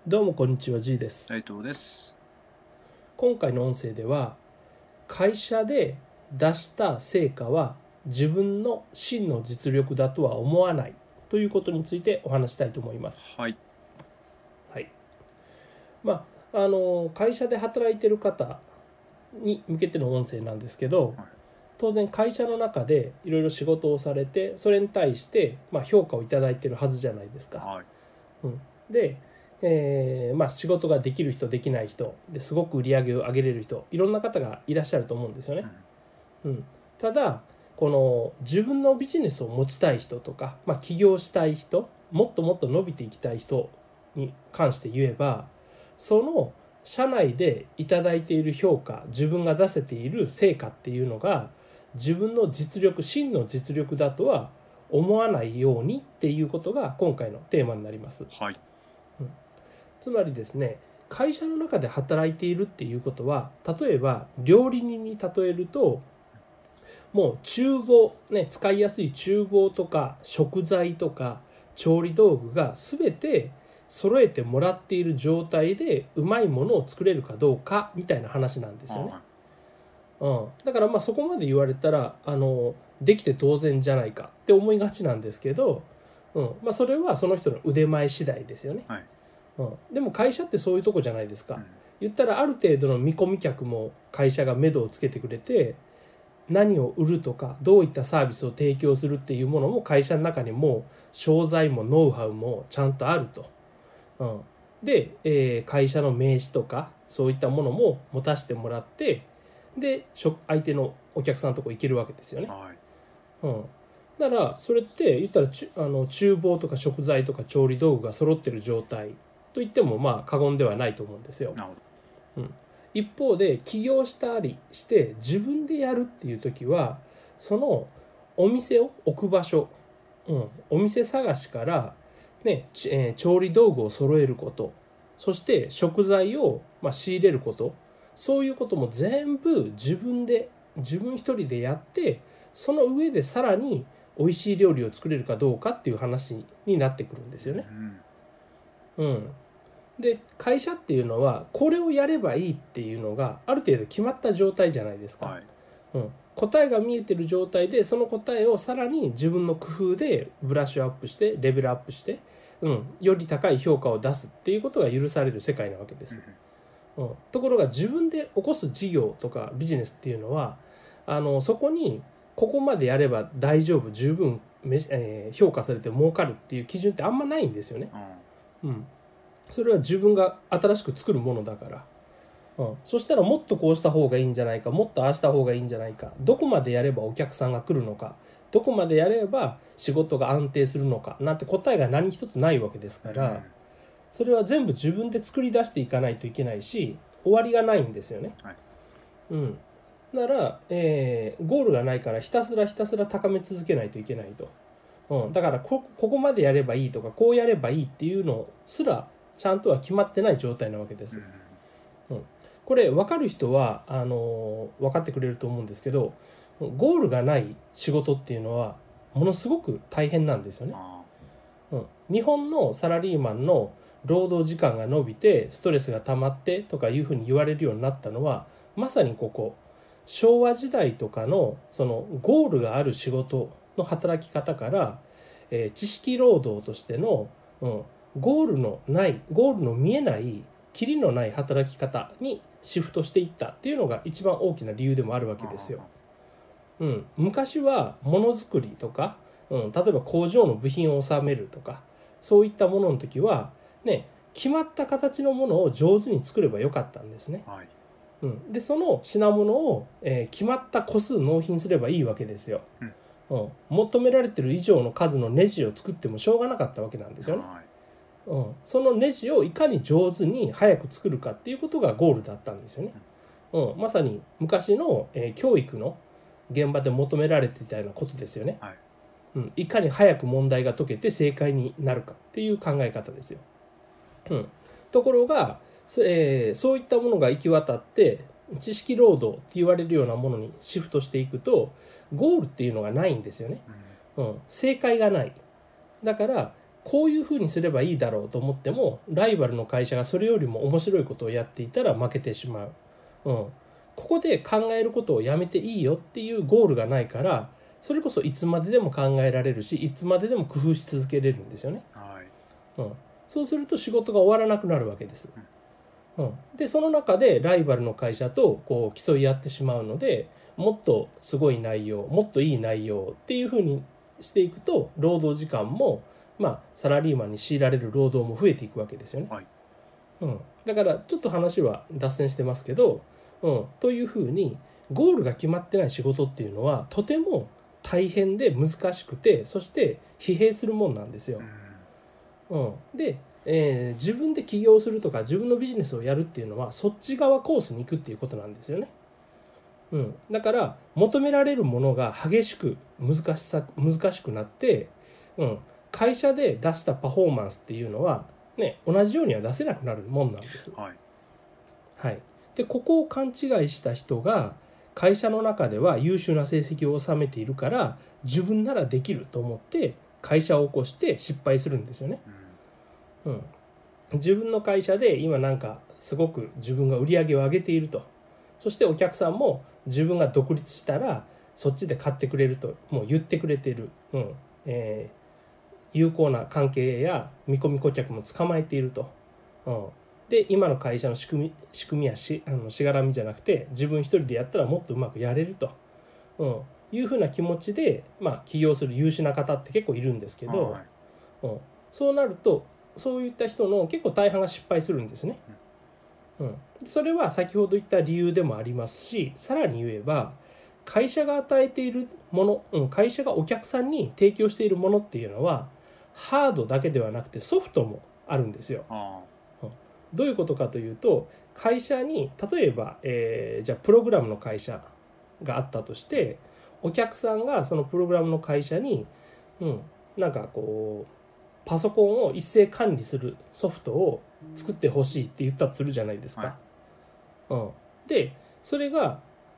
どうもこんにちは、G です。 斉藤です。 今回の音声では、会社で出した成果は自分の真の実力だとは思わないということについてお話したいと思います。 はい。 はい。会社で働いている方に向けての音声なんですけど、 はい当然会社の中でいろいろ仕事をされて、それに対して評価をいただいているはずじゃないですか。 はい。 で、仕事ができる人できない人ですごく売り上げを上げれる人、いろんな方がいらっしゃると思うんですよね。ただこの自分のビジネスを持ちたい人とか、起業したい人、もっともっと伸びていきたい人に関して言えば、その社内でいただいている評価、自分が出せている成果っていうのが自分の実力、真の実力だとは思わないようにっていうことが今回のテーマになります。 はい。 つまりですね、会社の中で働いているっていうことは、例えば料理人に例えると、もう厨房、使いやすい厨房とか食材とか調理道具が全て揃えてもらっている状態でうまいものを作れるかどうかみたいな話なんですよね。だからそこまで言われたらできて当然じゃないかって思いがちなんですけど、それはその人の腕前次第ですよね。 はい。 でも会社ってそういうとこじゃないですか。言ったらある程度の見込み客も会社が目処をつけてくれて、何を売るとかどういったサービスを提供するっていうものも会社の中にも商材もノウハウもちゃんとあると。で、会社の名刺とかそういったものも持たせてもらって、で相手のお客さんのとこ行けるわけですよね。 はい。 だからそれって言ったら厨房とか食材とか調理道具が揃ってる状態と言っても過言ではないと思うんですよ。 なるほ一方で起業したりして自分でやるっていう時は、そのお店を置く場所、お店探しから、調理道具を揃えること、そして食材を仕入れること、そういうことも全部自分一人でやって、その上でさらに美味しい料理を作れるかどうかっていう話になってくるんですよね。で会社っていうのはこれをやればいいっていうのがある程度決まった状態じゃないですど。 か。 はい。 答えが見えてる状態で、その答えをさらに自分の工夫でブラッシュアップしてレベルアップして、より高い評価を出すっていうことが許される世界なわけです。ところが自分で起こす事業とかビジネスっていうのはそこにここまでやれば大丈夫、十分評価されて儲かるっていう基準ってあんまないんですよね。それは自分が新しく作るものだから、そしたらもっとこうした方がいいんじゃないか、もっとああした方がいいんじゃないか、どこまでやればお客さんが来るのか、どこまでやれば仕事が安定するのかなんて答えが何一つないわけですから、それは全部自分で作り出していかないといけないし、終わりがないんですよね。 はい。 なら、ゴールがないからひたすら高め続けないといけないと。だからここまでやればいいとかこうやればいいっていうのすらちゃんとは決まってない状態なわけです。これ分かる人は分かってくれると思うんですけど、ゴールがない仕事っていうのはものすごく大変なんですよね。日本のサラリーマンの労働時間が延びてストレスが溜まってとかいうふうに言われるようになったのは、まさにここ昭和時代とかのそのゴールがある仕事の働き方から、知識労働としての、ゴールの見えないキリのない働き方にシフトしていったっていうのが一番大きな理由でもあるわけですよ。昔はものづくりとか、例えば工場の部品を収めるとか、そういったものの時は決まった形のものを上手に作ればよかったんですね。 はい。 でその品物を、決まった個数納品すればいいわけですよ。求められてる以上の数のネジを作ってもしょうがなかったわけなんですよね。 はい。 そのネジをいかに上手に早く作るかっていうことがゴールだったんですよね。まさに昔の、教育の現場で求められていたようなことですよね。 はい。 いかに早く問題が解けて正解になるかっていう考え方ですよ。ところが、そういったものが行き渡って知識労働って言われるようなものにシフトしていくと、ゴールっていうのがないんですよね。正解がない。だからこういうふうにすればいいだろうと思ってもライバルの会社がそれよりも面白いことをやっていたら負けてしまう、ここで考えることをやめていいよっていうゴールがないから、それこそいつまででも考えられるし、いつまででも工夫し続けれるんですよね。そうすると仕事が終わらなくなるわけです。でその中でライバルの会社とこう競い合ってしまうので、もっとすごい内容、もっといい内容っていうふうにしていくと、労働時間もサラリーマンに強いられる労働も増えていくわけですよね。だからちょっと話は脱線してますけど、というふうにゴールが決まってない仕事っていうのはとても大変で難しくて、そして疲弊するもんなんですよ。で、自分で起業するとか自分のビジネスをやるっていうのはそっち側コースに行くっていうことなんですよね。だから求められるものが激しく難しくなって、会社で出したパフォーマンスっていうのは、同じようには出せなくなるもんなんです。でここを勘違いした人が会社の中では優秀な成績を収めているから自分ならできると思って会社を起こして失敗するんですよね。自分の会社で今なんかすごく自分が売り上げを上げていると、そしてお客さんも自分が独立したらそっちで買ってくれるともう言ってくれている、有効な関係や見込み顧客も捕まえていると、で今の会社の仕組みやしがらみじゃなくて自分一人でやったらもっとうまくやれると、いうふうな気持ちで、起業する優秀な方って結構いるんですけど、そうなるとそういった人の結構大半が失敗するんですね。それは先ほど言った理由でもありますし、さらに言えば会社が与えているもの、会社がお客さんに提供しているものっていうのはハードだけではなくてソフトもあるんですよ。どういうことかというと、会社に例えば、じゃあプログラムの会社があったとして、お客さんがそのプログラムの会社に、なんかこうパソコンを一斉管理するソフトを作ってほしいって言ったとするじゃないですか。でそれが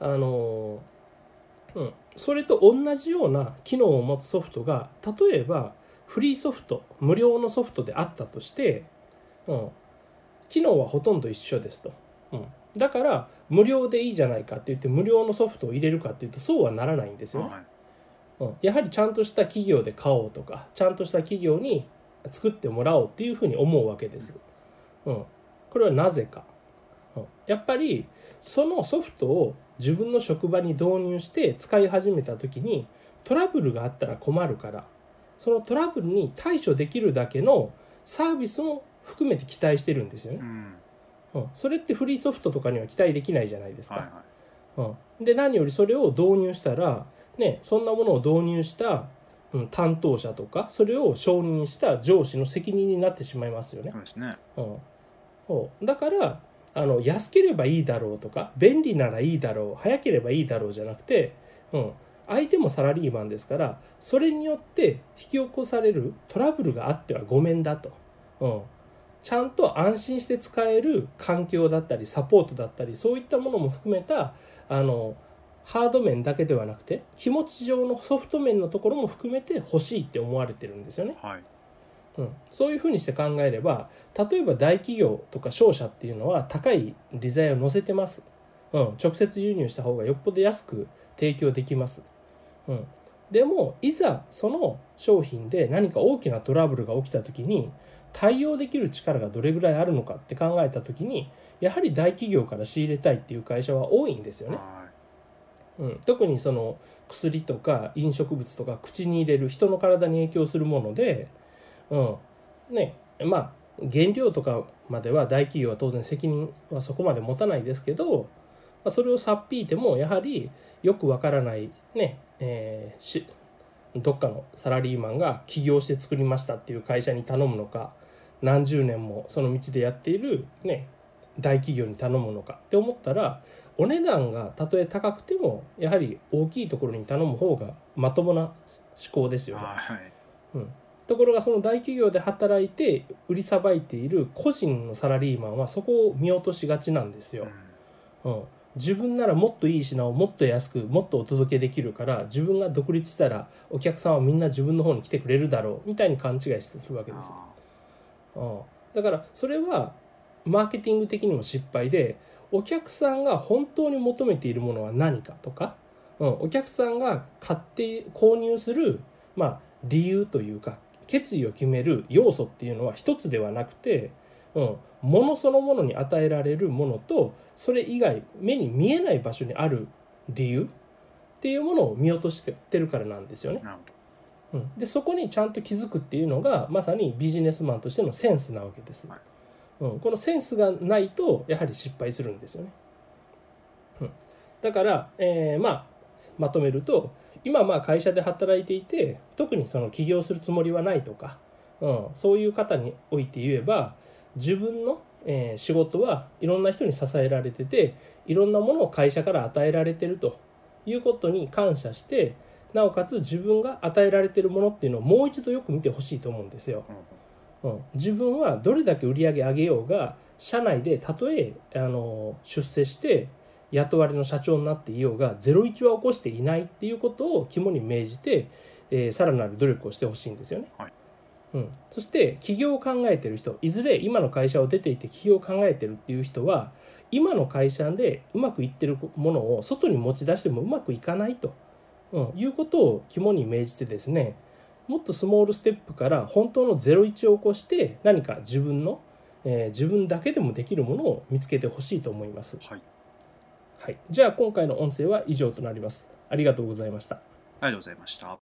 それと同じような機能を持つソフトが例えばフリーソフト、無料のソフトであったとして、機能はほとんど一緒ですと、だから無料でいいじゃないかって言って無料のソフトを入れるかっていうとそうはならないんですよね。やはりちゃんとした企業で買おうとかちゃんとした企業に作ってもらおうっていうふうに思うわけです。これはなぜか、やっぱりそのソフトを自分の職場に導入して使い始めた時にトラブルがあったら困るから、そのトラブルに対処できるだけのサービスも含めて期待してるんですよね。それってフリーソフトとかには期待できないじゃないですか。で何よりそれを導入したら、そんなものを導入した担当者とかそれを承認した上司の責任になってしまいますよね。だから安ければいいだろうとか便利ならいいだろう早ければいいだろうじゃなくて、相手もサラリーマンですからそれによって引き起こされるトラブルがあってはごめんだと、ちゃんと安心して使える環境だったりサポートだったりそういったものも含めたハード面だけではなくて気持ち上のソフト面のところも含めて欲しいって思われてるんですよね。そういうふうにして考えれば例えば大企業とか商社っていうのは高い利材を載せてます、直接輸入した方がよっぽど安く提供できます、でもいざその商品で何か大きなトラブルが起きた時に対応できる力がどれぐらいあるのかって考えた時にやはり大企業から仕入れたいっていう会社は多いんですよね。特にその薬とか飲食物とか口に入れる人の体に影響するもので、原料とかまでは大企業は当然責任はそこまで持たないですけど、それをさっぴいてもやはりよくわからないどっかのサラリーマンが起業して作りましたっていう会社に頼むのか、何十年もその道でやっている大企業に頼むのかって思ったら、お値段がたとえ高くてもやはり大きいところに頼む方がまともな思考ですよね。ところがその大企業で働いて売りさばいている個人のサラリーマンはそこを見落としがちなんですよ。 自分ならもっといい品をもっと安くもっとお届けできるから、自分が独立したらお客さんはみんな自分の方に来てくれるだろうみたいに勘違いするわけです。だからそれはマーケティング的にも失敗で、お客さんが本当に求めているものは何かとか、お客さんが買って購入する、理由というか決意を決める要素っていうのは一つではなくて、ものそのものに与えられるものと、それ以外目に見えない場所にある理由っていうものを見落としてるからなんですよね。 なるほでそこにちゃんと気づくっていうのがまさにビジネスマンとしてのセンスなわけです。 はいこのセンスがないとやはり失敗するんですよね。だから、まとめると、今会社で働いていて特にその起業するつもりはないとか、そういう方において言えば、自分の、仕事はいろんな人に支えられてて、いろんなものを会社から与えられてるということに感謝して、なおかつ自分が与えられてるものっていうのをもう一度よく見てほしいと思うんですよ。自分はどれだけ売り上げ上げようが、社内でたとえ出世して雇われの社長になっていようが01は起こしていないっていうことを肝に銘じて、さらなる努力をしてほしいんですよね。 はいそして起業を考えてる人、いずれ今の会社を出ていて起業を考えてるっていう人は、今の会社でうまくいってるものを外に持ち出してもうまくいかないと、いうことを肝に銘じてですね、もっとスモールステップから本当の01を起こして何か自分の、自分だけでもできるものを見つけてほしいと思います。 はい。 はい、じゃあ今回の音声は以上となります。ありがとうございました。 ありがとうございました。